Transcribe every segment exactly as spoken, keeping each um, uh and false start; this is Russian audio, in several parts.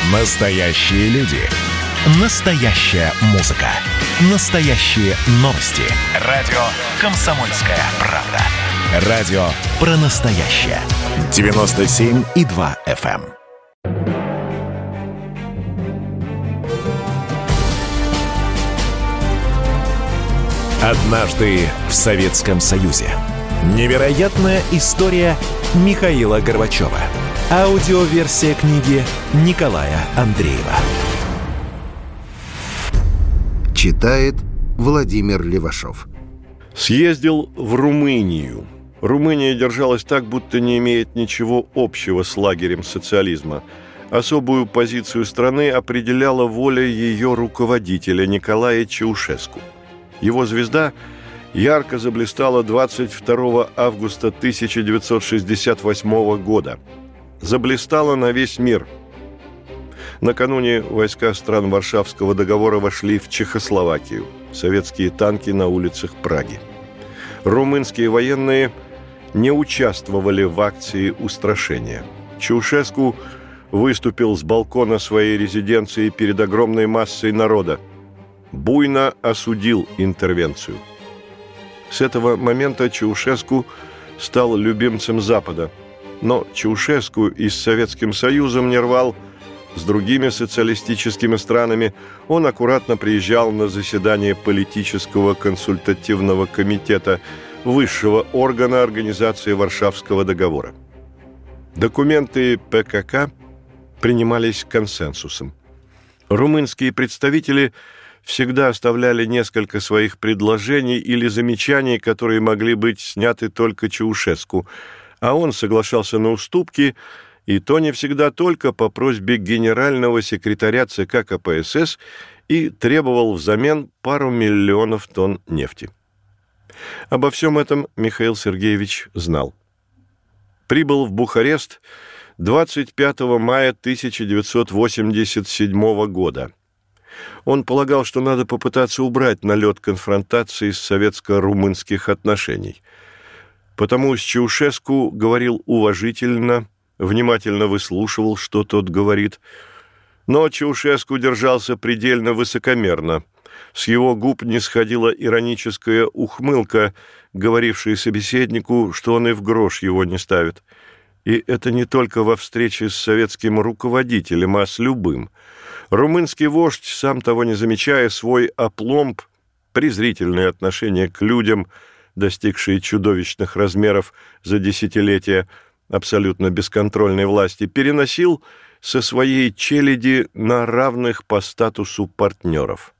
Настоящие люди. Настоящая музыка. Настоящие новости. Радио «Комсомольская правда». Радио про настоящее. девяносто семь и два эф эм. Однажды в Советском Союзе. Невероятная история Михаила Горбачева. Аудиоверсия книги Николая Андреева. Читает Владимир Левашов. Съездил в Румынию. Румыния держалась так, будто не имеет ничего общего с лагерем социализма. Особую позицию страны определяла воля ее руководителя Николая Чаушеску. Его звезда ярко заблистала двадцать второго августа тысяча девятьсот шестьдесят восьмого года. Заблистала на весь мир. Накануне войска стран Варшавского договора вошли в Чехословакию. Советские танки на улицах Праги. Румынские военные не участвовали в акции устрашения. Чаушеску выступил с балкона своей резиденции перед огромной массой народа. Буйно осудил интервенцию. С этого момента Чаушеску стал любимцем Запада. Но Чаушеску и с Советским Союзом не рвал, с другими социалистическими странами он аккуратно приезжал на заседание политического консультативного комитета, высшего органа организации Варшавского договора. Документы пэ ка ка принимались консенсусом. Румынские представители всегда оставляли несколько своих предложений или замечаний, которые могли быть сняты только Чаушеску, а он соглашался на уступки, и то не всегда только по просьбе генерального секретаря ЦК ка пэ эс эс, и требовал взамен пару миллионов тонн нефти. Обо всем этом Михаил Сергеевич знал. Прибыл в Бухарест двадцать пятого мая тысяча девятьсот восемьдесят седьмого года. Он полагал, что надо попытаться убрать налет конфронтации с советско-румынских отношений. Потому с Чаушеску говорил уважительно, внимательно выслушивал, что тот говорит. Но Чаушеску держался предельно высокомерно. С его губ не сходила ироническая ухмылка, говорившая собеседнику, что он и в грош его не ставит. И это не только во встрече с советским руководителем, а с любым. Румынский вождь, сам того не замечая, свой опломб, презрительное отношение к людям, достигшие чудовищных размеров за десятилетия абсолютно бесконтрольной власти, переносил со своей челяди на равных по статусу партнеров.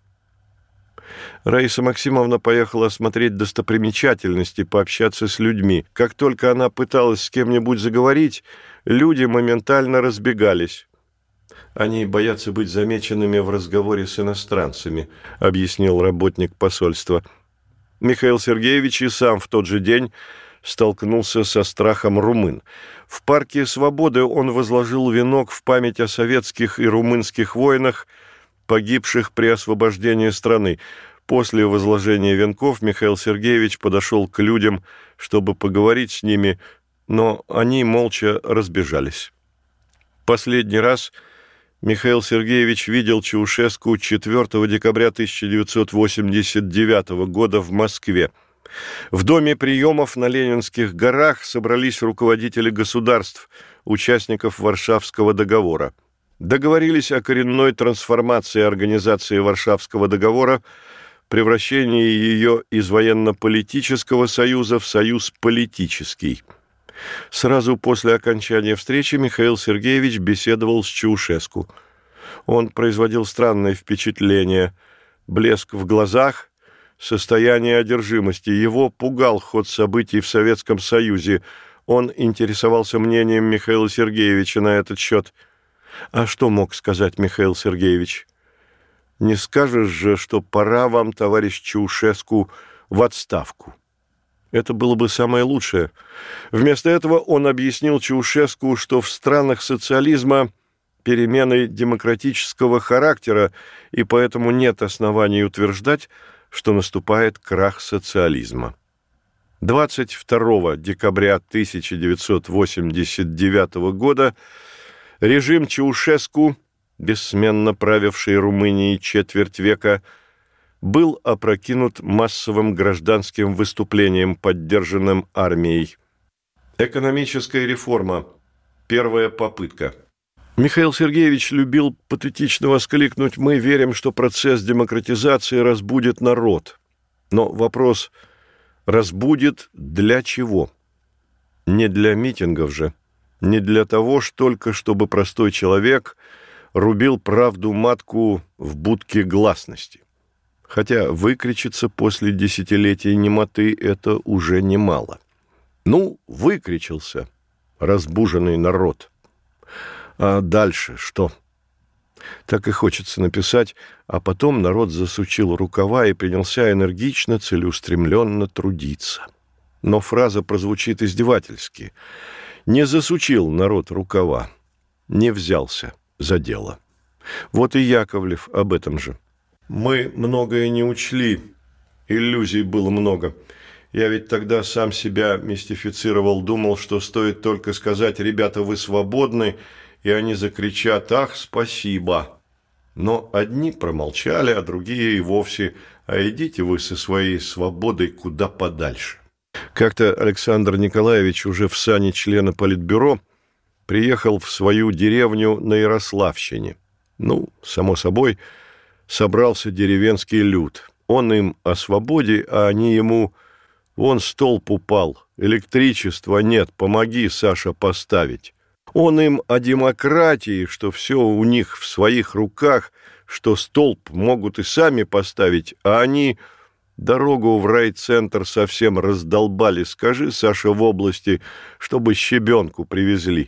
Раиса Максимовна поехала осмотреть достопримечательности, пообщаться с людьми. Как только она пыталась с кем-нибудь заговорить, люди моментально разбегались. «Они боятся быть замеченными в разговоре с иностранцами», — объяснил работник посольства. Михаил Сергеевич и сам в тот же день столкнулся со страхом румын. В парке Свободы он возложил венок в память о советских и румынских воинах, погибших при освобождении страны. После возложения венков Михаил Сергеевич подошел к людям, чтобы поговорить с ними, но они молча разбежались. Последний раз Михаил Сергеевич видел Чаушеску четвёртого декабря тысяча девятьсот восемьдесят девятого года в Москве. В доме приемов на Ленинских горах собрались руководители государств, участников Варшавского договора. Договорились о коренной трансформации организации Варшавского договора, превращении ее из военно-политического союза в союз политический. Сразу после окончания встречи Михаил Сергеевич беседовал с Чаушеску. Он производил странное впечатление. Блеск в глазах, состояние одержимости. Его пугал ход событий в Советском Союзе. Он интересовался мнением Михаила Сергеевича на этот счет. А что мог сказать Михаил Сергеевич? «Не скажешь же, что пора вам, товарищ Чаушеску, в отставку». Это было бы самое лучшее. Вместо этого он объяснил Чаушеску, что в странах социализма перемены демократического характера, и поэтому нет оснований утверждать, что наступает крах социализма. двадцать второго декабря тысяча девятьсот восемьдесят девятого года режим Чаушеску бессменно правивший Румынией четверть века, был опрокинут массовым гражданским выступлением, поддержанным армией. Экономическая реформа. Первая попытка. Михаил Сергеевич любил патетично воскликнуть: «Мы верим, что процесс демократизации разбудит народ». Но вопрос: разбудит для чего? Не для митингов же, не для того ж только, чтобы простой человек рубил правду матку в будке гласности. Хотя выкричиться после десятилетий немоты – это уже немало. Ну, выкричился разбуженный народ. А дальше что? Так и хочется написать: а потом народ засучил рукава и принялся энергично, целеустремленно трудиться. Но фраза прозвучит издевательски. Не засучил народ рукава, не взялся за дело. Вот и Яковлев об этом же. Мы многое не учли, иллюзий было много. Я ведь тогда сам себя мистифицировал, думал, что стоит только сказать: «Ребята, вы свободны», и они закричат: «Ах, спасибо!» Но одни промолчали, а другие и вовсе: «А идите вы со своей свободой куда подальше». Как-то Александр Николаевич уже в сане члена Политбюро приехал в свою деревню на Ярославщине. Ну, само собой, собрался деревенский люд. Он им о свободе, а они ему: «Вон столб упал, электричества нет, помоги, Саша, поставить». Он им о демократии, что все у них в своих руках, что столб могут и сами поставить, а они дорогу в райцентр совсем раздолбали. Скажи, Саша, в области, чтобы щебенку привезли.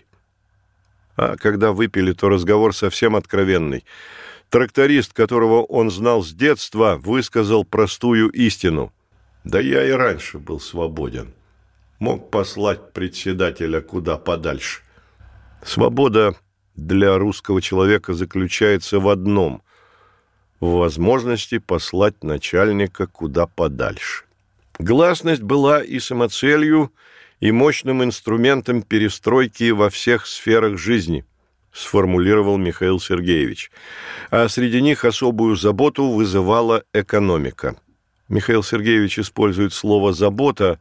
А когда выпили, то разговор совсем откровенный. Тракторист, которого он знал с детства, высказал простую истину: «Да я и раньше был свободен. Мог послать председателя куда подальше». Свобода для русского человека заключается в одном – в возможности послать начальника куда подальше. Гласность была и самоцелью, и мощным инструментом перестройки во всех сферах жизни, сформулировал Михаил Сергеевич. А среди них особую заботу вызывала экономика. Михаил Сергеевич использует слово «забота»,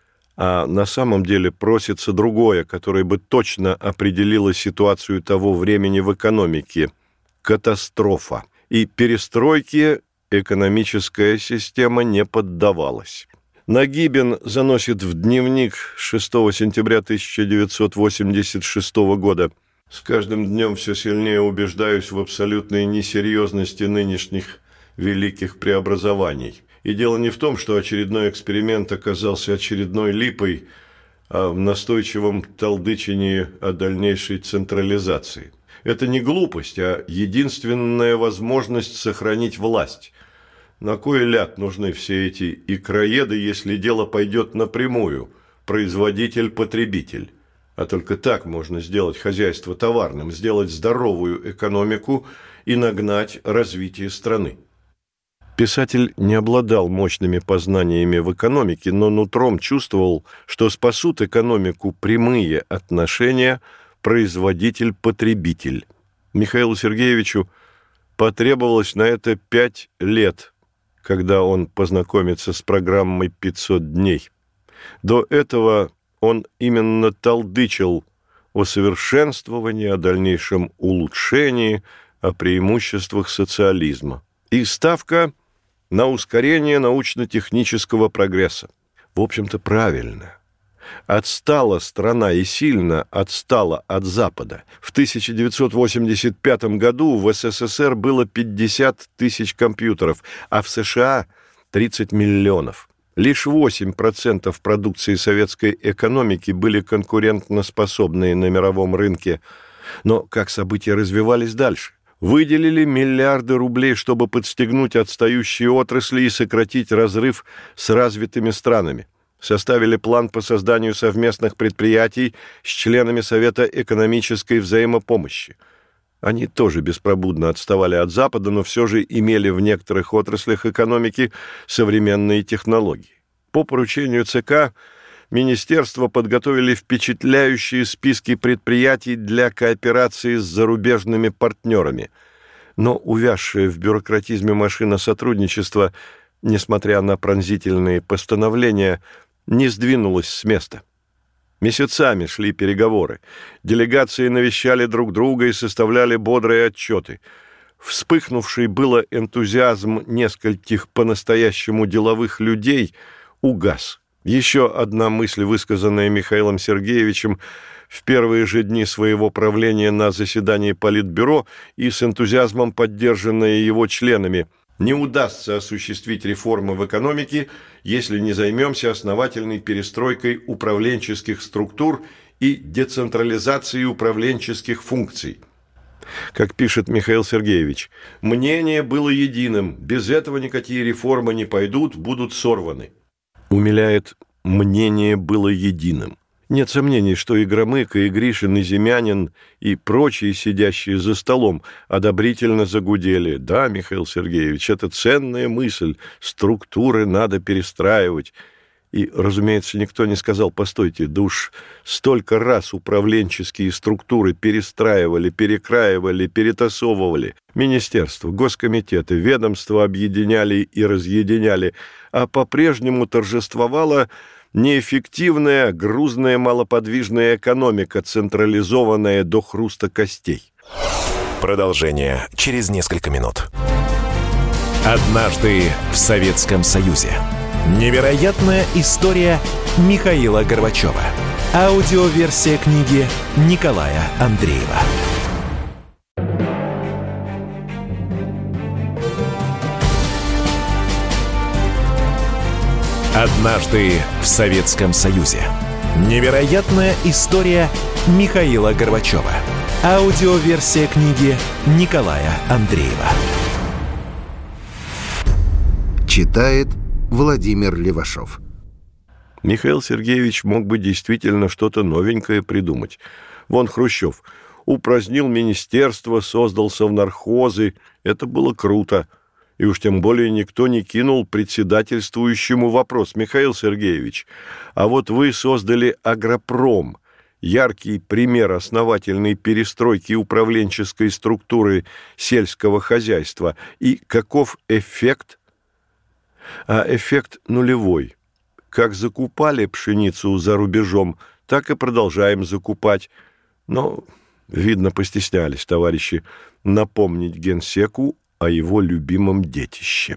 а на самом деле просится другое, которое бы точно определило ситуацию того времени в экономике – катастрофа. И перестройке экономическая система не поддавалась. Нагибин заносит в дневник шестого сентября тысяча девятьсот восемьдесят шестого года: «С каждым днем все сильнее убеждаюсь в абсолютной несерьезности нынешних великих преобразований. И дело не в том, что очередной эксперимент оказался очередной липой, а в настойчивом толдычении о дальнейшей централизации. Это не глупость, а единственная возможность сохранить власть. На кой ляд нужны все эти икроеды, если дело пойдет напрямую, производитель-потребитель? А только так можно сделать хозяйство товарным, сделать здоровую экономику и нагнать развитие страны». Писатель не обладал мощными познаниями в экономике, но нутром чувствовал, что спасут экономику прямые отношения производитель-потребитель. Михаилу Сергеевичу потребовалось на это пять лет, когда он познакомится с программой «пятьсот дней». До этого он именно толдычил о совершенствовании, о дальнейшем улучшении, о преимуществах социализма. И ставка на ускорение научно-технического прогресса. В общем-то, правильно. Отстала страна и сильно отстала от Запада. В тысяча девятьсот восемьдесят пятом году в СССР было пятьдесят тысяч компьютеров, а в США тридцать миллионов. Лишь восемь процентов продукции советской экономики были конкурентоспособны на мировом рынке. Но как события развивались дальше? Выделили миллиарды рублей, чтобы подстегнуть отстающие отрасли и сократить разрыв с развитыми странами. Составили план по созданию совместных предприятий с членами Совета экономической взаимопомощи. Они тоже беспробудно отставали от Запада, но все же имели в некоторых отраслях экономики современные технологии. По поручению ЦК министерства подготовили впечатляющие списки предприятий для кооперации с зарубежными партнерами. Но увязшая в бюрократизме машина сотрудничества, несмотря на пронзительные постановления, не сдвинулась с места. Месяцами шли переговоры. Делегации навещали друг друга и составляли бодрые отчеты. Вспыхнувший было энтузиазм нескольких по-настоящему деловых людей угас. Еще одна мысль, высказанная Михаилом Сергеевичем в первые же дни своего правления на заседании Политбюро и с энтузиазмом поддержанная его членами: не удастся осуществить реформы в экономике, если не займемся основательной перестройкой управленческих структур и децентрализацией управленческих функций. Как пишет Михаил Сергеевич, мнение было единым: без этого никакие реформы не пойдут, будут сорваны. Умиляет: мнение было единым. Нет сомнений, что и Громыко, и Гришин, и Земянин, и прочие, сидящие за столом, одобрительно загудели: да, Михаил Сергеевич, это ценная мысль, структуры надо перестраивать. И, разумеется, никто не сказал: постойте, да уж столько раз управленческие структуры перестраивали, перекраивали, перетасовывали. Министерства, госкомитеты, ведомства объединяли и разъединяли, а по-прежнему торжествовала неэффективная, грузная, малоподвижная экономика, централизованная до хруста костей. Продолжение через несколько минут. Однажды в Советском Союзе. Невероятная история Михаила Горбачева. Аудиоверсия книги Николая Андреева. Однажды в Советском Союзе. Невероятная история Михаила Горбачева. Аудиоверсия книги Николая Андреева. Читает Владимир Левашов. Михаил Сергеевич мог бы действительно что-то новенькое придумать. Вон Хрущев упразднил министерство, создал совнархозы. Это было круто. И уж тем более никто не кинул председательствующему вопрос: Михаил Сергеевич, а вот вы создали агропром, яркий пример основательной перестройки управленческой структуры сельского хозяйства. И каков эффект? А эффект нулевой. Как закупали пшеницу за рубежом, так и продолжаем закупать. Но, видно, постеснялись товарищи напомнить генсеку о его любимом детище.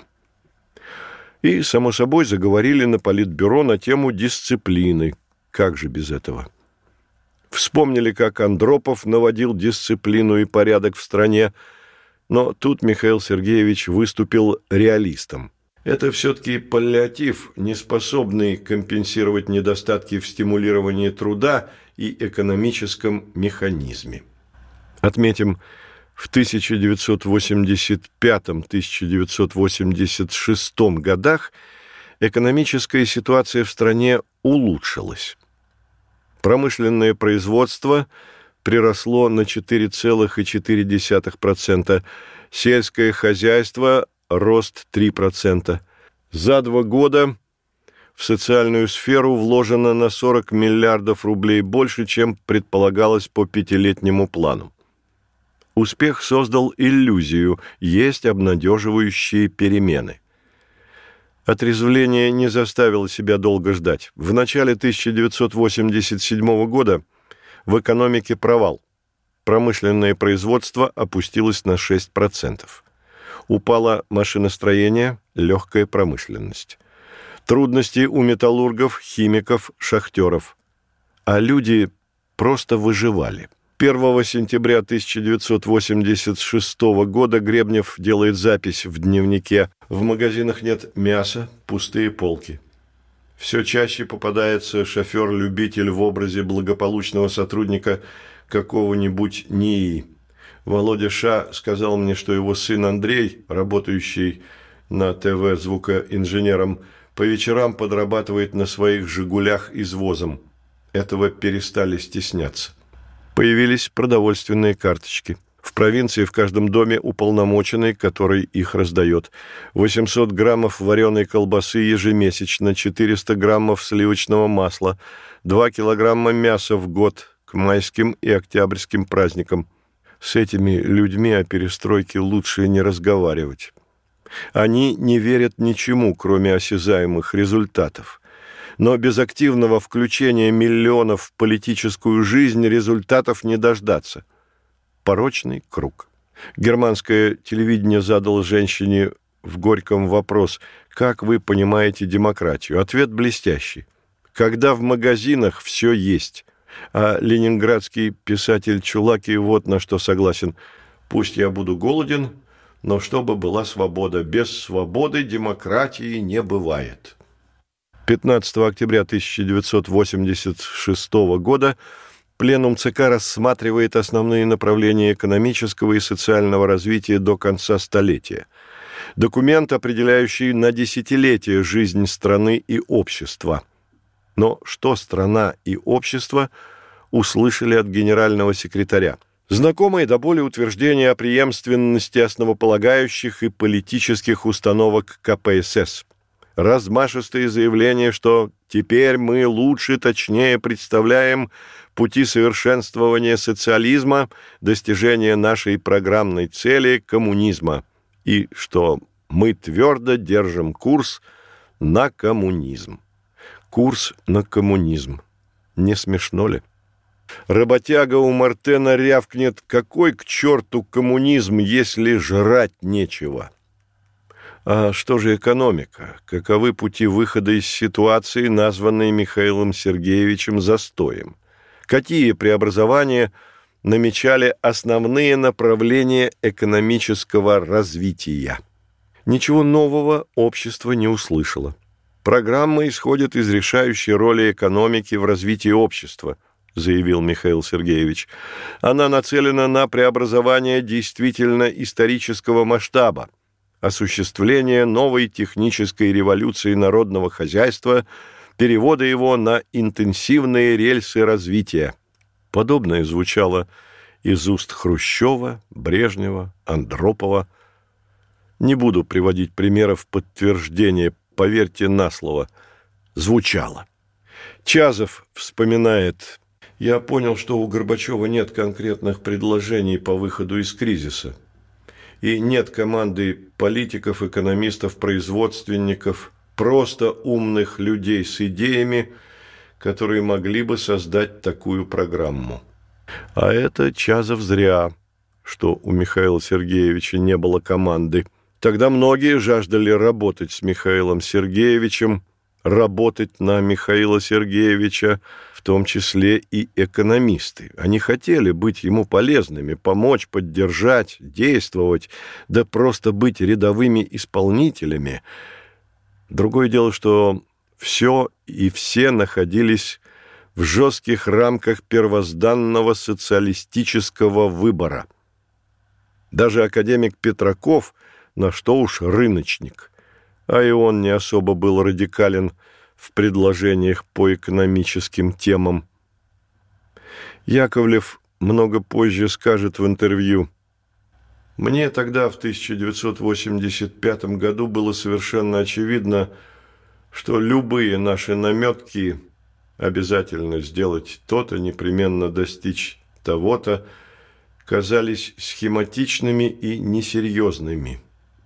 И, само собой, заговорили на Политбюро на тему дисциплины. Как же без этого? Вспомнили, как Андропов наводил дисциплину и порядок в стране, но тут Михаил Сергеевич выступил реалистом. Это все-таки паллиатив, не способный компенсировать недостатки в стимулировании труда и экономическом механизме. Отметим, в тысяча девятьсот восемьдесят пятом — тысяча девятьсот восемьдесят шестом годах экономическая ситуация в стране улучшилась. Промышленное производство приросло на четыре целых четыре десятых процента, сельское хозяйство – рост три процента. За два года в социальную сферу вложено на сорок миллиардов рублей больше, чем предполагалось по пятилетнему плану. Успех создал иллюзию, есть обнадеживающие перемены. Отрезвление не заставило себя долго ждать. В начале тысяча девятьсот восемьдесят седьмого года в экономике провал. Промышленное производство опустилось на шесть процентов. Упало машиностроение, легкая промышленность. Трудности у металлургов, химиков, шахтеров. А люди просто выживали. первого сентября тысяча девятьсот восемьдесят шестого года Гребнев делает запись в дневнике: в магазинах нет мяса, пустые полки. Все чаще попадается шофер-любитель в образе благополучного сотрудника какого-нибудь НИИ. Володя Ша сказал мне, что его сын Андрей, работающий на ТВ звукоинженером, по вечерам подрабатывает на своих «Жигулях» извозом. Этого перестали стесняться. Появились продовольственные карточки. В провинции в каждом доме уполномоченный, который их раздает. восемьсот граммов вареной колбасы ежемесячно, четыреста граммов сливочного масла, два килограмма мяса в год к майским и октябрьским праздникам. С этими людьми о перестройке лучше не разговаривать. Они не верят ничему, кроме осязаемых результатов. Но без активного включения миллионов в политическую жизнь результатов не дождаться. Порочный круг. Германское телевидение задало женщине в Горьком вопрос: «Как вы понимаете демократию?» Ответ блестящий: «Когда в магазинах все есть». А ленинградский писатель Чулаки вот на что согласен: «Пусть я буду голоден, но чтобы была свобода. Без свободы демократии не бывает». пятнадцатого октября тысяча девятьсот восемьдесят шестого года Пленум ЦК рассматривает основные направления экономического и социального развития до конца столетия. Документ, определяющий на десятилетия жизнь страны и общества. Но что страна и общество услышали от генерального секретаря? Знакомые до боли утверждения о преемственности основополагающих и политических установок ка пэ эс эс. Размашистые заявления, что теперь мы лучше, точнее представляем пути совершенствования социализма, достижения нашей программной цели коммунизма, и что мы твердо держим курс на коммунизм. Курс на коммунизм. Не смешно ли? Работяга у Мартена рявкнет: «Какой к черту коммунизм, если жрать нечего?» А что же экономика? Каковы пути выхода из ситуации, названной Михаилом Сергеевичем застоем? Какие преобразования намечали основные направления экономического развития? Ничего нового общество не услышало. Программа исходит из решающей роли экономики в развитии общества, заявил Михаил Сергеевич. Она нацелена на преобразование действительно исторического масштаба, осуществление новой технической революции народного хозяйства, перевода его на интенсивные рельсы развития. Подобное звучало из уст Хрущева, Брежнева, Андропова. Не буду приводить примеров подтверждения, поверьте на слово, звучало. Чазов вспоминает: «Я понял, что у Горбачева нет конкретных предложений по выходу из кризиса. И нет команды политиков, экономистов, производственников, просто умных людей с идеями, которые могли бы создать такую программу». А это Чазов зря, что у Михаила Сергеевича не было команды. Тогда многие жаждали работать с Михаилом Сергеевичем, работать на Михаила Сергеевича, в том числе и экономисты. Они хотели быть ему полезными, помочь, поддержать, действовать, да просто быть рядовыми исполнителями. Другое дело, что все и все находились в жестких рамках первозданного социалистического выбора. Даже академик Петраков, на что уж рыночник, а и он не особо был радикален в предложениях по экономическим темам. Яковлев много позже скажет в интервью: «Мне тогда, в тысяча девятьсот восемьдесят пятом году, было совершенно очевидно, что любые наши наметки обязательно сделать то-то, непременно достичь того-то, казались схематичными и несерьезными».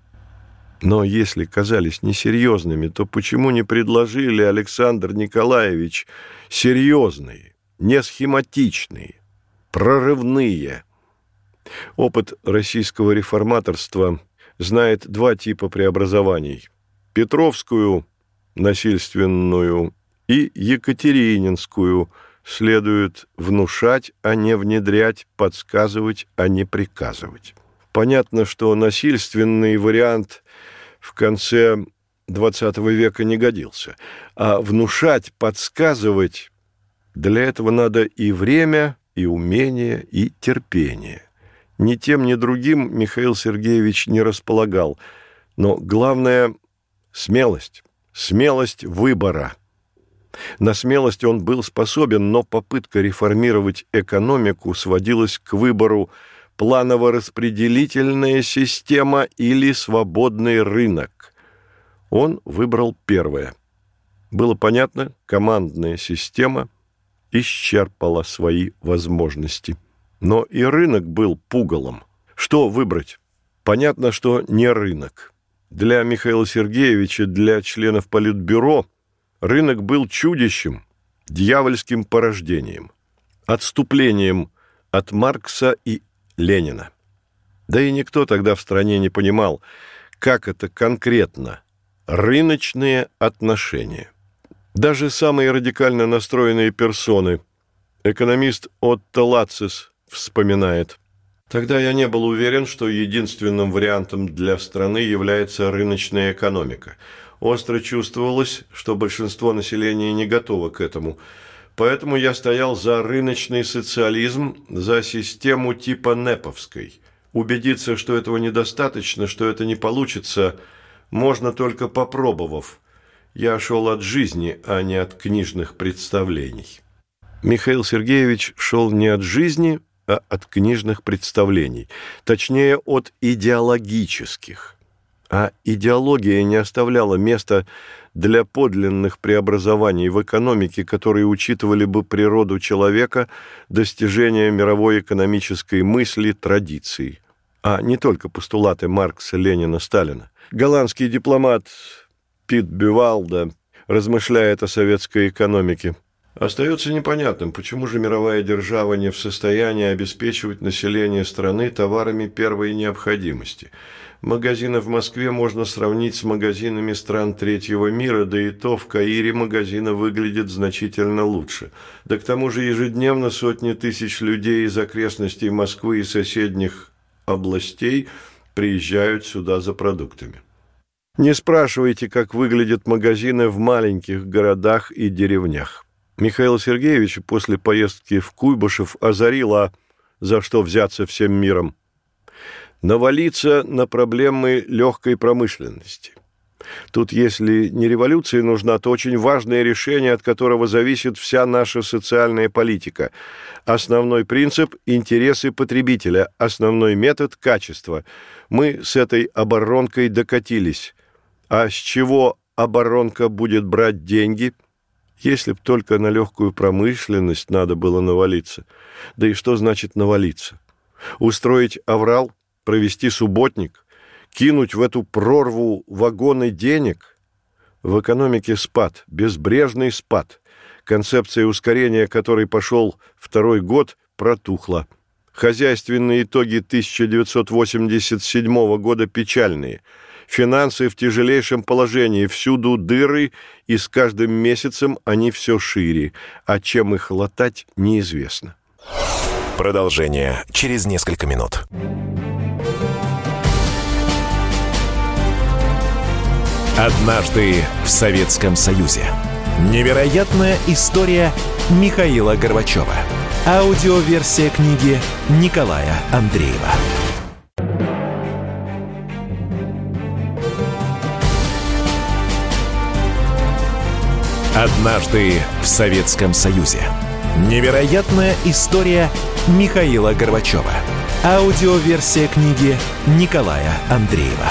Но если казались несерьезными, то почему не предложили, Александр Николаевич, серьезные, не схематичные, прорывные? Опыт российского реформаторства знает два типа преобразований: Петровскую, насильственную, и Екатерининскую, следует внушать, а не внедрять, подсказывать, а не приказывать. Понятно, что насильственный вариант в конце двадцатого века не годился, а внушать, подсказывать – для этого надо и время, и умение, и терпение. Ни тем, ни другим Михаил Сергеевич не располагал, но главное – смелость, смелость выбора. На смелость он был способен, но попытка реформировать экономику сводилась к выбору планово-распределительная система или свободный рынок. Он выбрал первое. Было понятно, командная система исчерпала свои возможности. Но и рынок был пугалом. Что выбрать? Понятно, что не рынок. Для Михаила Сергеевича, для членов Политбюро рынок был чудищем, дьявольским порождением, отступлением от Маркса и Ленина. Да и никто тогда в стране не понимал, как это конкретно рыночные отношения. Даже самые радикально настроенные персоны, экономист Отто Лацис вспоминает: «Тогда я не был уверен, что единственным вариантом для страны является рыночная экономика. Остро чувствовалось, что большинство населения не готово к этому. Поэтому я стоял за рыночный социализм, за систему типа Неповской. Убедиться, что этого недостаточно, что это не получится, можно только попробовав. Я шел от жизни, а не от книжных представлений». Михаил Сергеевич шел не от жизни, а от книжных представлений, точнее, от идеологических. А идеология не оставляла места для подлинных преобразований в экономике, которые учитывали бы природу человека, достижения мировой экономической мысли, традиций, а не только постулаты Маркса, Ленина, Сталина. Голландский дипломат Пит Бювалда размышляет о советской экономике: «Остается непонятным, почему же мировая держава не в состоянии обеспечивать население страны товарами первой необходимости. Магазины в Москве можно сравнить с магазинами стран третьего мира, да и то в Каире магазины выглядят значительно лучше. Да к тому же ежедневно сотни тысяч людей из окрестностей Москвы и соседних областей приезжают сюда за продуктами». Не спрашивайте, как выглядят магазины в маленьких городах и деревнях. Михаила Сергеевича после поездки в Куйбышев озарило, за что взяться всем миром: навалиться на проблемы легкой промышленности. Тут, если не революция нужна, то очень важное решение, от которого зависит вся наша социальная политика. Основной принцип – интересы потребителя, основной метод – качество. Мы с этой оборонкой докатились. А с чего оборонка будет брать деньги? Если б только на легкую промышленность надо было навалиться. Да и что значит навалиться? Устроить аврал? Провести субботник? Кинуть в эту прорву вагоны денег? В экономике спад, безбрежный спад. Концепция ускорения, которой пошел второй год, протухла. Хозяйственные итоги тысяча девятьсот восемьдесят седьмого года печальные. Финансы в тяжелейшем положении, всюду дыры, и с каждым месяцем они все шире, а чем их латать, неизвестно. Продолжение через несколько минут. Однажды в Советском Союзе. Невероятная история Михаила Горбачева. Аудиоверсия книги Николая Андреева. Однажды в Советском Союзе. Невероятная история Михаила Горбачева. Аудиоверсия книги Николая Андреева.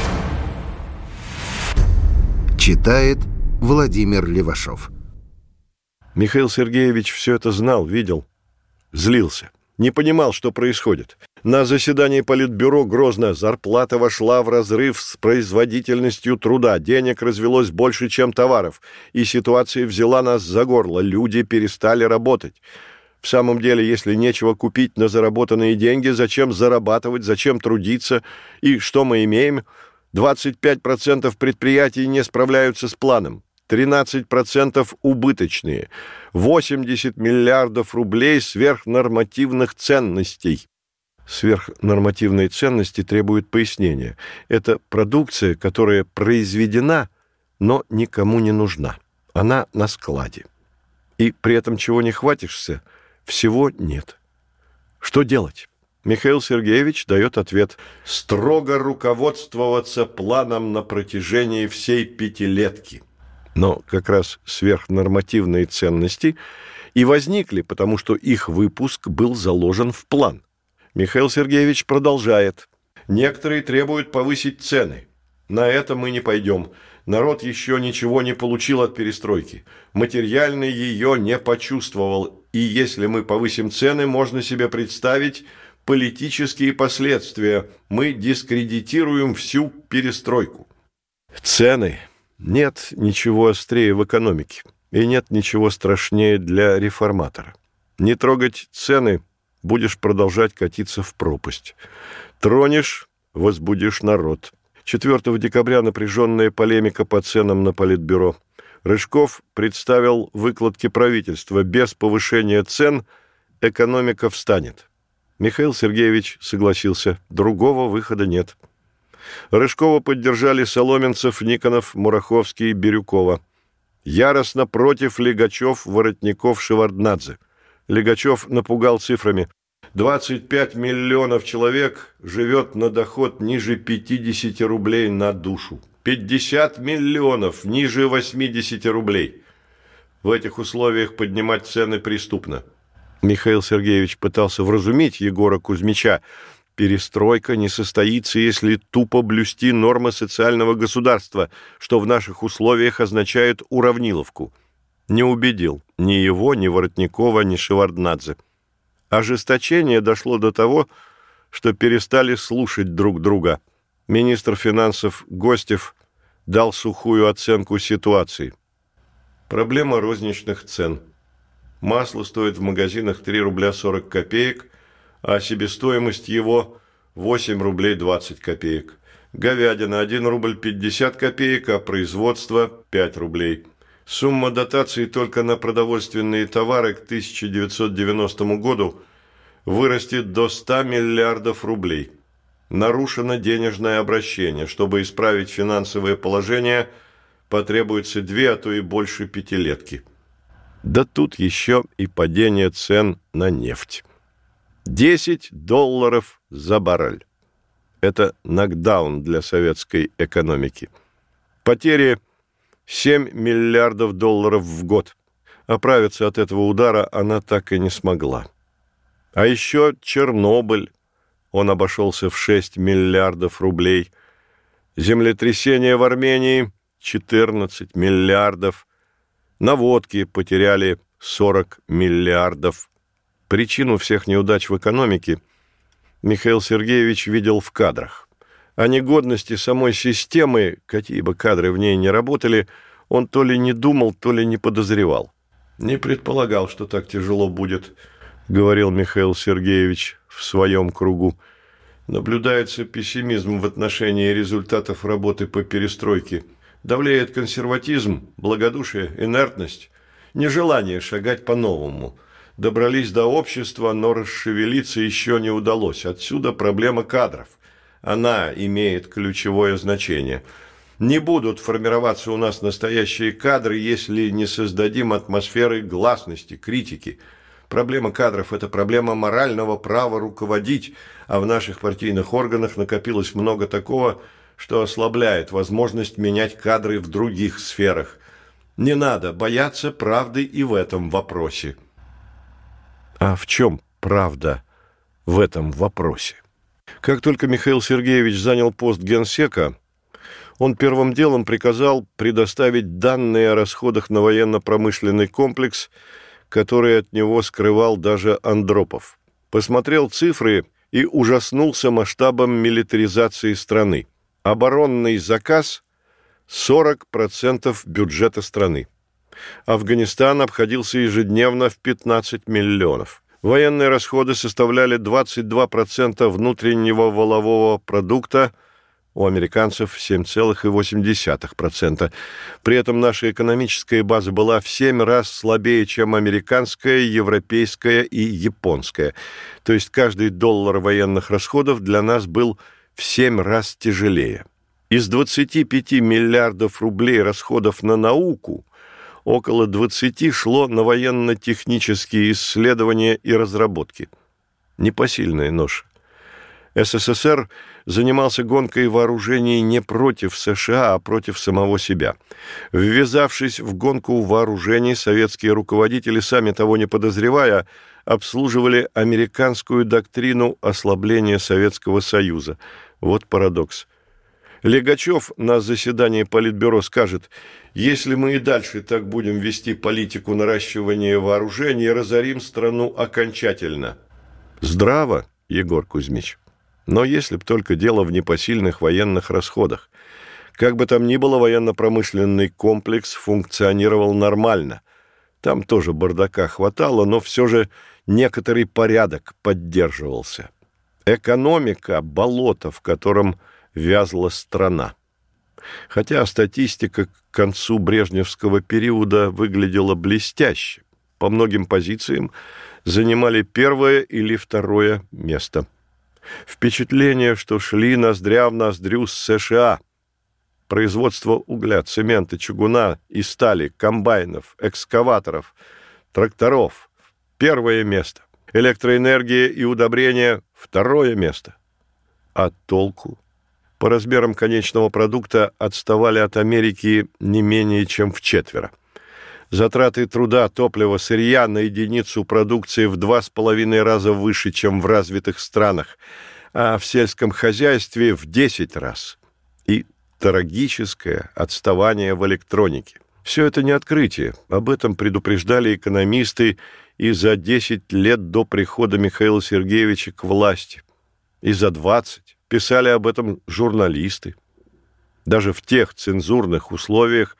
Читает Владимир Левашов. Михаил Сергеевич все это знал, видел, злился, не понимал, что происходит. На заседании Политбюро грозно: зарплата вошла в разрыв с производительностью труда, денег развелось больше, чем товаров, и ситуация взяла нас за горло, люди перестали работать. В самом деле, если нечего купить на заработанные деньги, зачем зарабатывать, зачем трудиться? И что мы имеем? двадцать пять процентов предприятий не справляются с планом, тринадцать процентов убыточные, восемьдесят миллиардов рублей сверхнормативных ценностей. Сверхнормативные ценности требуют пояснения. Это продукция, которая произведена, но никому не нужна. Она на складе. И при этом чего не хватишься, всего нет. Что делать? Михаил Сергеевич дает ответ: строго руководствоваться планом на протяжении всей пятилетки. Но как раз сверхнормативные ценности и возникли, потому что их выпуск был заложен в план. Михаил Сергеевич продолжает. Некоторые требуют повысить цены. На это мы не пойдем. Народ еще ничего не получил от перестройки. Материально ее не почувствовал. И если мы повысим цены, можно себе представить политические последствия. Мы дискредитируем всю перестройку. Цены. Нет ничего острее в экономике. И нет ничего страшнее для реформатора. Не трогать цены, будешь продолжать катиться в пропасть. Тронешь – возбудишь народ. четвёртого декабря напряженная полемика по ценам на Политбюро. Рыжков представил выкладки правительства. Без повышения цен экономика встанет. Михаил Сергеевич согласился. Другого выхода нет. Рыжкова поддержали Соломенцев, Никонов, Мураховский, Бирюкова. Яростно против Лигачев, Воротников, Шеварднадзе. Лигачев напугал цифрами. двадцать пять миллионов человек живет на доход ниже пятьдесят рублей на душу. пятьдесят миллионов ниже восемьдесят рублей. В этих условиях поднимать цены преступно. Михаил Сергеевич пытался вразумить Егора Кузьмича. Перестройка не состоится, если тупо блюсти нормы социального государства, что в наших условиях означает уравниловку. Не убедил ни его, ни Воротникова, ни Шеварднадзе. Ожесточение дошло до того, что перестали слушать друг друга. Министр финансов Гостев дал сухую оценку ситуации. Проблема розничных цен. Масло стоит в магазинах три рубля сорок копеек, а себестоимость его восемь рублей двадцать копеек. Говядина один рубль пятьдесят копеек, а производство пять рублей. Сумма дотаций только на продовольственные товары к тысяча девятьсот девяностому году вырастет до ста миллиардов рублей. Нарушено денежное обращение. Чтобы исправить финансовое положение, потребуется две, а то и больше пятилетки. Да тут еще и падение цен на нефть. десять долларов за баррель. Это нокдаун для советской экономики. Потери семь миллиардов долларов в год. Оправиться от этого удара она так и не смогла. А еще Чернобыль. Он обошелся в шесть миллиардов рублей. Землетрясение в Армении – четырнадцать миллиардов. На водке потеряли сорок миллиардов. Причину всех неудач в экономике Михаил Сергеевич видел в кадрах. О негодности самой системы, какие бы кадры в ней ни работали, он то ли не думал, то ли не подозревал. «Не предполагал, что так тяжело будет», — говорил Михаил Сергеевич в своем кругу. «Наблюдается пессимизм в отношении результатов работы по перестройке. Давляет консерватизм, благодушие, инертность, нежелание шагать по-новому. Добрались до общества, но расшевелиться еще не удалось. Отсюда проблема кадров. Она имеет ключевое значение. Не будут формироваться у нас настоящие кадры, если не создадим атмосферы гласности, критики. Проблема кадров – это проблема морального права руководить, а в наших партийных органах накопилось много такого, что ослабляет возможность менять кадры в других сферах. Не надо бояться правды и в этом вопросе». А в чем правда в этом вопросе? Как только Михаил Сергеевич занял пост генсека, он первым делом приказал предоставить данные о расходах на военно-промышленный комплекс, которые от него скрывал даже Андропов. Посмотрел цифры и ужаснулся масштабом милитаризации страны. Оборонный заказ – сорок процентов бюджета страны. Афганистан обходился ежедневно в пятнадцать миллионов. Военные расходы составляли двадцать два процента внутреннего валового продукта, у американцев семь целых восемь десятых процента. При этом наша экономическая база была в семь раз слабее, чем американская, европейская и японская. То есть каждый доллар военных расходов для нас был в семь раз тяжелее. Из двадцати пяти миллиардов рублей расходов на науку около двадцати шло на военно-технические исследования и разработки. Непосильная ноша. СССР занимался гонкой вооружений не против США, а против самого себя. Ввязавшись в гонку вооружений, советские руководители, сами того не подозревая, обслуживали американскую доктрину ослабления Советского Союза. Вот парадокс. Легачев на заседании Политбюро скажет: если мы и дальше так будем вести политику наращивания вооружений, разорим страну окончательно. Здраво, Егор Кузьмич. Но если б только дело в непосильных военных расходах. Как бы там ни было, военно-промышленный комплекс функционировал нормально. Там тоже бардака хватало, но все же некоторый порядок поддерживался. Экономика – болото, в котором вязла страна. Хотя статистика к концу брежневского периода выглядела блестяще. По многим позициям занимали первое или второе место. Впечатление, что шли ноздря в ноздрю с США. Производство угля, цемента, чугуна и стали, комбайнов, экскаваторов, тракторов – первое место. Электроэнергия и удобрения – второе место. А толку? По размерам конечного продукта отставали от Америки не менее чем вчетверо. Затраты труда, топлива, сырья на единицу продукции в два с половиной раза выше, чем в развитых странах, а в сельском хозяйстве в десять раз. И трагическое отставание в электронике. Все это не открытие. Об этом предупреждали экономисты и за десять лет до прихода Михаила Сергеевича к власти. И за двадцать писали об этом журналисты. Даже в тех цензурных условиях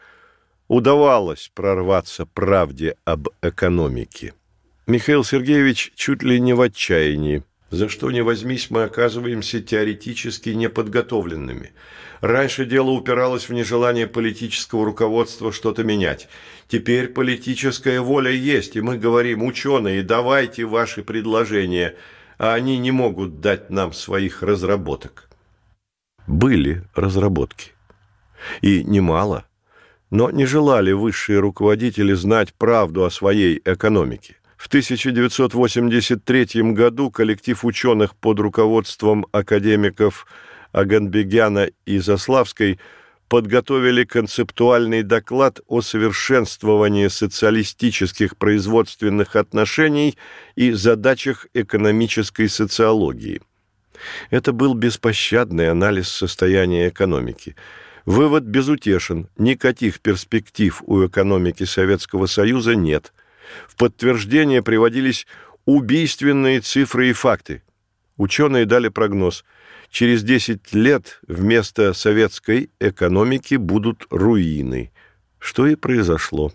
удавалось прорваться правде об экономике. Михаил Сергеевич чуть ли не в отчаянии. За что ни возьмись, мы оказываемся теоретически неподготовленными. Раньше дело упиралось в нежелание политического руководства что-то менять. Теперь политическая воля есть, и мы говорим: ученые, давайте ваши предложения, а они не могут дать нам своих разработок. Были разработки. И немало. Но не желали высшие руководители знать правду о своей экономике. В тысяча девятьсот восемьдесят третьем году коллектив ученых под руководством академиков Аганбегяна и Заславской подготовили концептуальный доклад о совершенствовании социалистических производственных отношений и задачах экономической социологии. Это был беспощадный анализ состояния экономики. Вывод безутешен: никаких перспектив у экономики Советского Союза нет. В подтверждение приводились убийственные цифры и факты. Ученые дали прогноз: через десять лет вместо советской экономики будут руины. Что и произошло.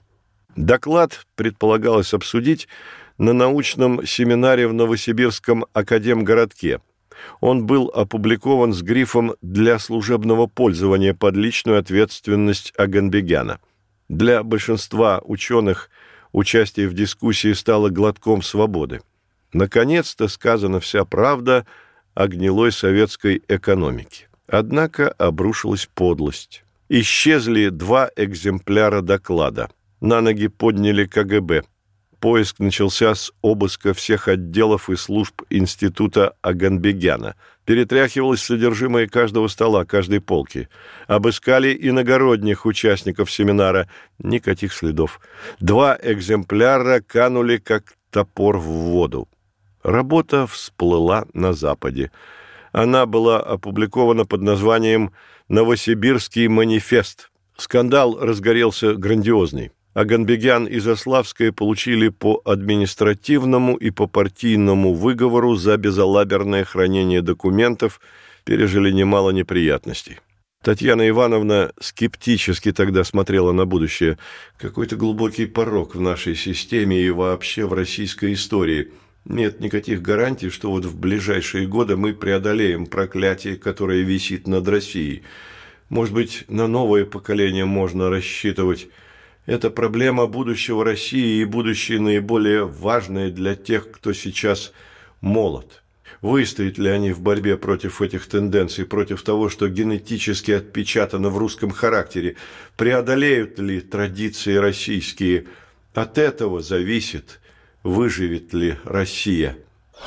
Доклад предполагалось обсудить на научном семинаре в Новосибирском академгородке. Он был опубликован с грифом «Для служебного пользования под личную ответственность Аганбегяна». Для большинства ученых участие в дискуссии стало глотком свободы. Наконец-то сказана вся правда о гнилой советской экономике. Однако обрушилась подлость. Исчезли два экземпляра доклада. На ноги подняли ка гэ бэ. Поиск начался с обыска всех отделов и служб института Аганбегяна. Перетряхивалось содержимое каждого стола, каждой полки. Обыскали иногородних участников семинара. Никаких следов. Два экземпляра канули, как топор в воду. Работа всплыла на Западе. Она была опубликована под названием «Новосибирский манифест». Скандал разгорелся грандиозный. Аганбегян и Заславская получили по административному и по партийному выговору за безалаберное хранение документов, пережили немало неприятностей. Татьяна Ивановна скептически тогда смотрела на будущее. Какой-то глубокий порок в нашей системе и вообще в российской истории. Нет никаких гарантий, что вот в ближайшие годы мы преодолеем проклятие, которое висит над Россией. Может быть, на новое поколение можно рассчитывать. Это проблема будущего России и будущее наиболее важное для тех, кто сейчас молод. Выстоят ли они в борьбе против этих тенденций, против того, что генетически отпечатано в русском характере? Преодолеют ли традиции российские? От этого зависит, выживет ли Россия.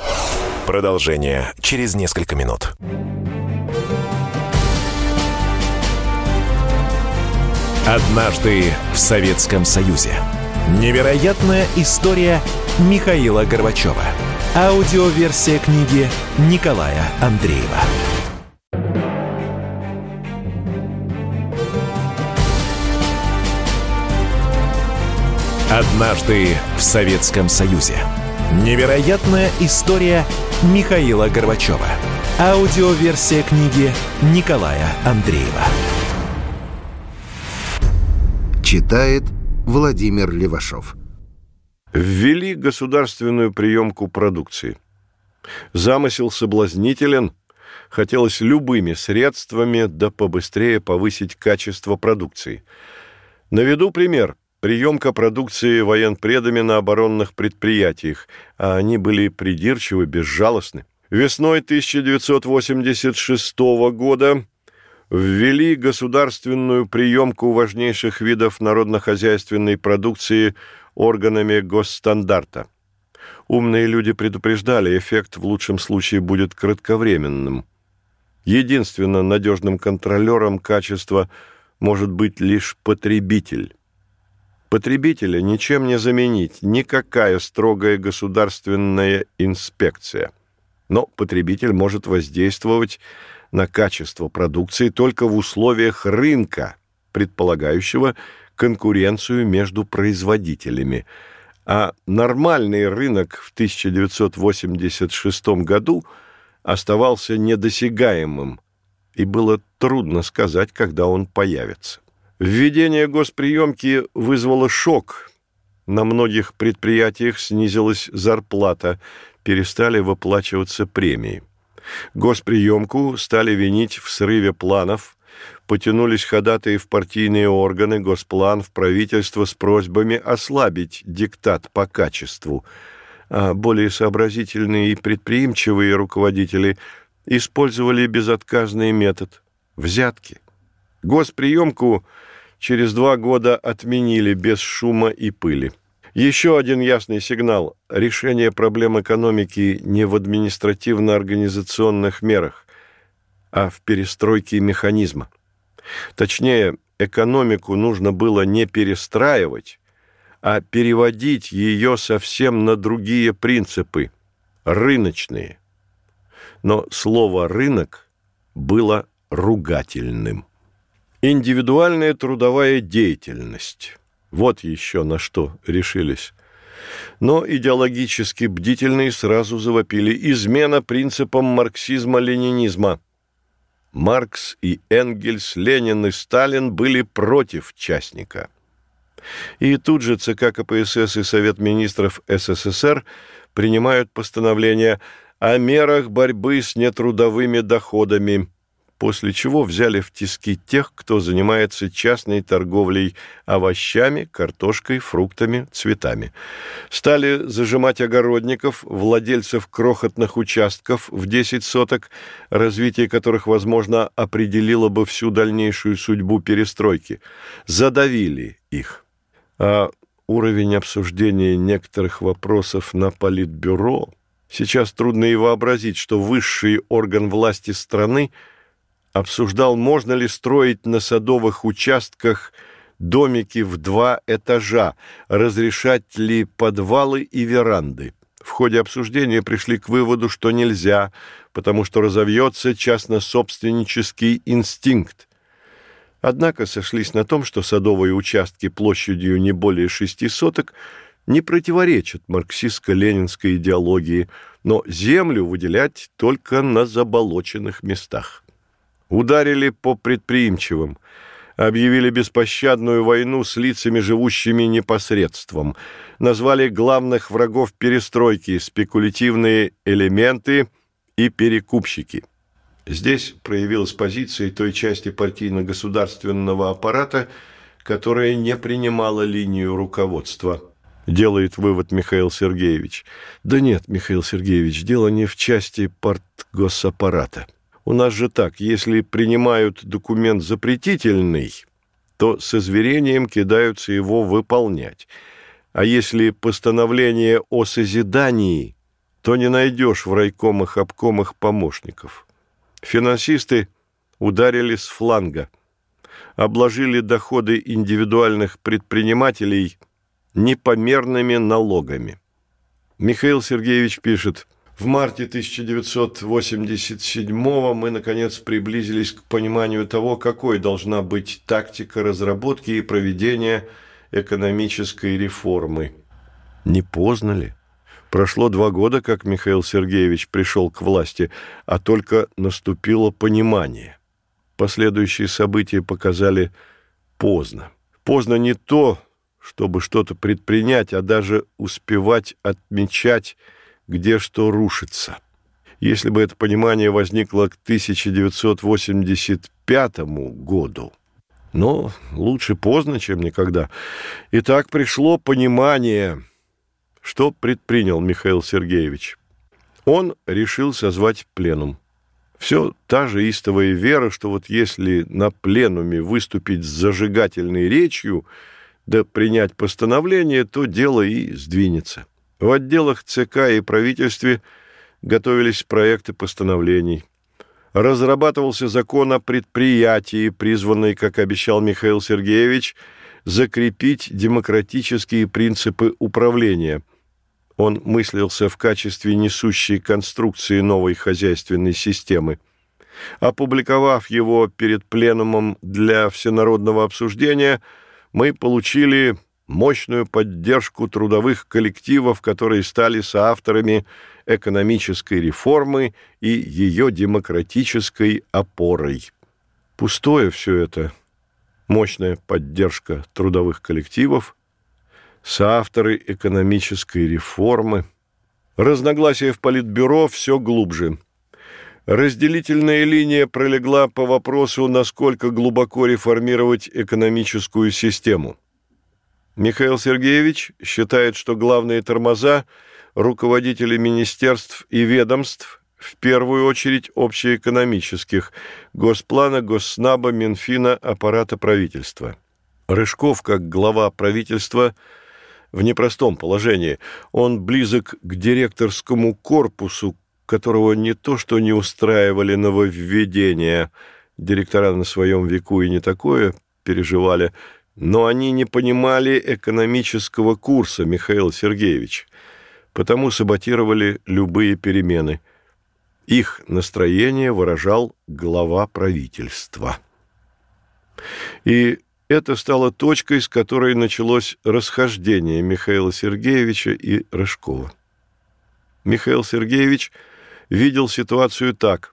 Продолжение через несколько минут. Однажды в Советском Союзе. Невероятная история Михаила Горбачева. Аудиоверсия книги Николая Андреева. Однажды в Советском Союзе. Невероятная история Михаила Горбачева. Аудиоверсия книги Николая Андреева. Читает Владимир Левашов. Ввели государственную приемку продукции. Замысел соблазнителен. Хотелось любыми средствами да побыстрее повысить качество продукции. Наведу пример. Приемка продукции военпредами на оборонных предприятиях, а они были придирчивы, безжалостны. Весной тысяча девятьсот восемьдесят шестого года ввели государственную приемку важнейших видов народно-хозяйственной продукции органами госстандарта. Умные люди предупреждали, эффект в лучшем случае будет кратковременным. Единственно надежным контролером качества может быть лишь потребитель. Потребителя ничем не заменить, никакая строгая государственная инспекция. Но потребитель может воздействовать на качество продукции только в условиях рынка, предполагающего конкуренцию между производителями. А нормальный рынок в тысяча девятьсот восемьдесят шестом году оставался недосягаемым, и было трудно сказать, когда он появится. Введение госприемки вызвало шок. На многих предприятиях снизилась зарплата, перестали выплачиваться премии. Госприемку стали винить в срыве планов, потянулись ходатаи в партийные органы, Госплан, в правительство с просьбами ослабить диктат по качеству. А более сообразительные и предприимчивые руководители использовали безотказный метод – взятки. Госприемку через два года отменили без шума и пыли. Еще один ясный сигнал – решение проблем экономики не в административно-организационных мерах, а в перестройке механизма. Точнее, экономику нужно было не перестраивать, а переводить ее совсем на другие принципы – рыночные. Но слово «рынок» было ругательным. Индивидуальная трудовая деятельность. Вот еще на что решились. Но идеологически бдительные сразу завопили: измена принципам марксизма-ленинизма. Маркс и Энгельс, Ленин и Сталин были против частника. И тут же ЦК КПСС и Совет министров СССР принимают постановление о мерах борьбы с нетрудовыми доходами, после чего взяли в тиски тех, кто занимается частной торговлей овощами, картошкой, фруктами, цветами. Стали зажимать огородников, владельцев крохотных участков в десять соток, развитие которых, возможно, определило бы всю дальнейшую судьбу перестройки. Задавили их. А уровень обсуждения некоторых вопросов на Политбюро... Сейчас трудно и вообразить, что высший орган власти страны обсуждал, можно ли строить на садовых участках домики в два этажа, разрешать ли подвалы и веранды. В ходе обсуждения пришли к выводу, что нельзя, потому что разовьется частно-собственнический инстинкт. Однако сошлись на том, что садовые участки площадью не более шести соток не противоречат марксистско-ленинской идеологии, но землю выделять только на заболоченных местах. Ударили по предприимчивым, объявили беспощадную войну с лицами, живущими непосредством, назвали главных врагов перестройки – спекулятивные элементы и перекупщики. Здесь проявилась позиция той части партийно-государственного аппарата, которая не принимала линию руководства. Делает вывод Михаил Сергеевич. Да нет, Михаил Сергеевич, дело не в части партгосаппарата. У нас же так, если принимают документ запретительный, то с озверением кидаются его выполнять. А если постановление о созидании, то не найдешь в райкомах, обкомах помощников. Финансисты ударили с фланга, обложили доходы индивидуальных предпринимателей непомерными налогами. Михаил Сергеевич пишет: в марте тысяча девятьсот восемьдесят седьмого мы, наконец, приблизились к пониманию того, какой должна быть тактика разработки и проведения экономической реформы. Не поздно ли? Прошло два года, как Михаил Сергеевич пришел к власти, а только наступило понимание. Последующие события показали поздно. Поздно не то, чтобы что-то предпринять, а даже успевать отмечать, где что рушится. Если бы это понимание возникло к тысяча девятьсот восемьдесят пятому году, но лучше поздно, чем никогда. Итак, пришло понимание. Что предпринял Михаил Сергеевич? Он решил созвать пленум. Все та же истовая вера, что вот если на пленуме выступить с зажигательной речью, да принять постановление, то дело и сдвинется. В отделах ЦК и правительстве готовились проекты постановлений. Разрабатывался закон о предприятии, призванный, как обещал Михаил Сергеевич, закрепить демократические принципы управления. Он мыслился в качестве несущей конструкции новой хозяйственной системы. Опубликовав его перед пленумом для всенародного обсуждения, мы получили мощную поддержку трудовых коллективов, которые стали соавторами экономической реформы и ее демократической опорой. Пустое все это. Мощная поддержка трудовых коллективов, соавторы экономической реформы. Разногласия в Политбюро все глубже. Разделительная линия пролегла по вопросу, насколько глубоко реформировать экономическую систему. Михаил Сергеевич считает, что главные тормоза – руководители министерств и ведомств, в первую очередь общеэкономических – Госплана, Госснаба, Минфина, аппарата правительства. Рыжков, как глава правительства, в непростом положении. Он близок к директорскому корпусу, которого не то что не устраивали нововведения, директора на своем веку и не такое переживали, но они не понимали экономического курса Михаила Сергеевича, потому саботировали любые перемены. Их настроение выражал глава правительства. И это стало точкой, с которой началось расхождение Михаила Сергеевича и Рыжкова. Михаил Сергеевич видел ситуацию так.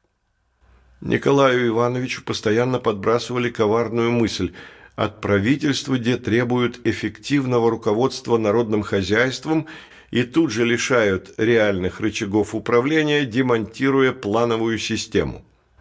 Николаю Ивановичу постоянно подбрасывали коварную мысль: от правительства, где требуют эффективного руководства народным хозяйством, и тут же лишают реальных рычагов управления, демонтируя плановую систему.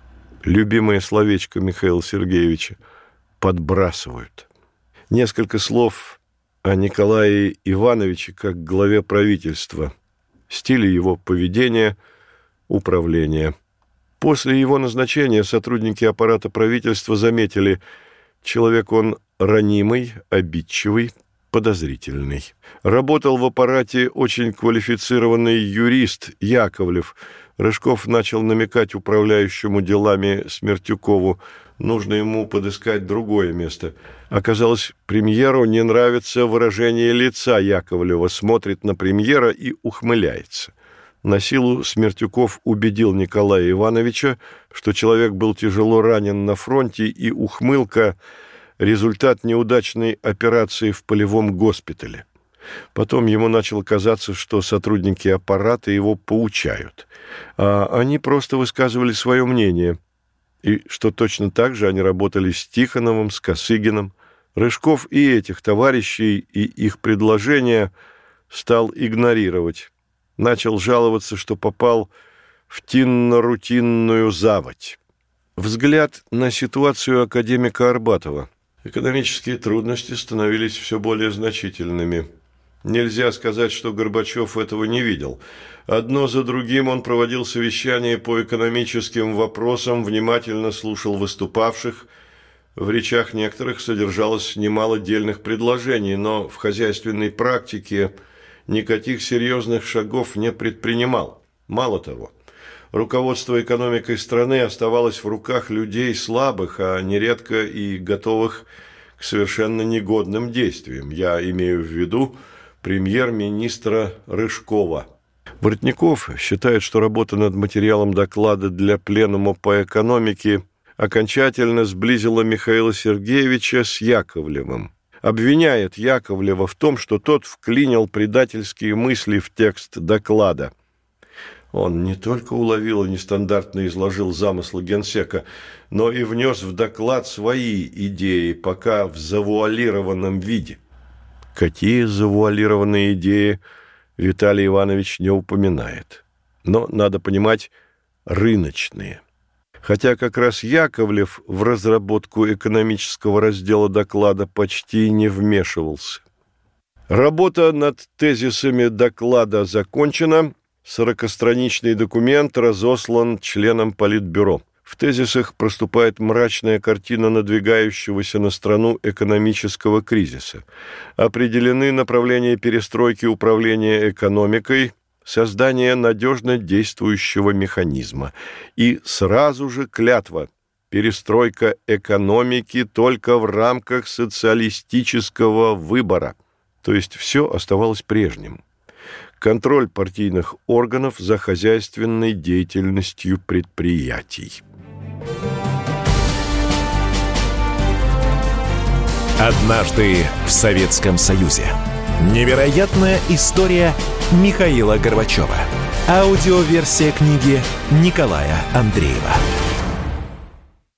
Любимое словечко Михаила Сергеевича – подбрасывают. Несколько слов о Николае Ивановиче как главе правительства, стиле его поведения, управления. После его назначения сотрудники аппарата правительства заметили, человек он ранимый, обидчивый, подозрительный. Работал в аппарате очень квалифицированный юрист Яковлев. Рыжков начал намекать управляющему делами Смертюкову: нужно ему подыскать другое место. Оказалось, премьеру не нравится выражение лица Яковлева, смотрит на премьера и ухмыляется. На силу Смертюков убедил Николая Ивановича, что человек был тяжело ранен на фронте, и ухмылка – результат неудачной операции в полевом госпитале. Потом ему начало казаться, что сотрудники аппарата его поучают, а они просто высказывали свое мнение, и что точно так же они работали с Тихоновым, с Косыгиным. Рыжков и этих товарищей, и их предложения стал игнорировать. Начал жаловаться, что попал в тинно-рутинную заводь. Взгляд на ситуацию академика Арбатова. Экономические трудности становились все более значительными. Нельзя сказать, что Горбачев этого не видел. Одно за другим он проводил совещания по экономическим вопросам, внимательно слушал выступавших. В речах некоторых содержалось немало дельных предложений, но в хозяйственной практике никаких серьезных шагов не предпринимал. Мало того, руководство экономикой страны оставалось в руках людей слабых, а нередко и готовых к совершенно негодным действиям. Я имею в виду премьер-министра Рыжкова. Воротников считает, что работа над материалом доклада для пленума по экономике окончательно сблизила Михаила Сергеевича с Яковлевым. Обвиняет Яковлева в том, что тот вклинил предательские мысли в текст доклада. Он не только уловил и нестандартно изложил замыслы генсека, но и внес в доклад свои идеи, пока в завуалированном виде. Какие завуалированные идеи Виталий Иванович не упоминает. Но, надо понимать, рыночные. Хотя как раз Яковлев в разработку экономического раздела доклада почти не вмешивался. Работа над тезисами доклада закончена. Сорокастраничный документ разослан членам Политбюро. В тезисах проступает мрачная картина надвигающегося на страну экономического кризиса. Определены направления перестройки управления экономикой, создание надежно действующего механизма. И сразу же клятва: перестройка экономики только в рамках социалистического выбора. То есть все оставалось прежним. Контроль партийных органов за хозяйственной деятельностью предприятий. Однажды в Советском Союзе. Невероятная история Михаила Горбачева. Аудиоверсия книги Николая Андреева.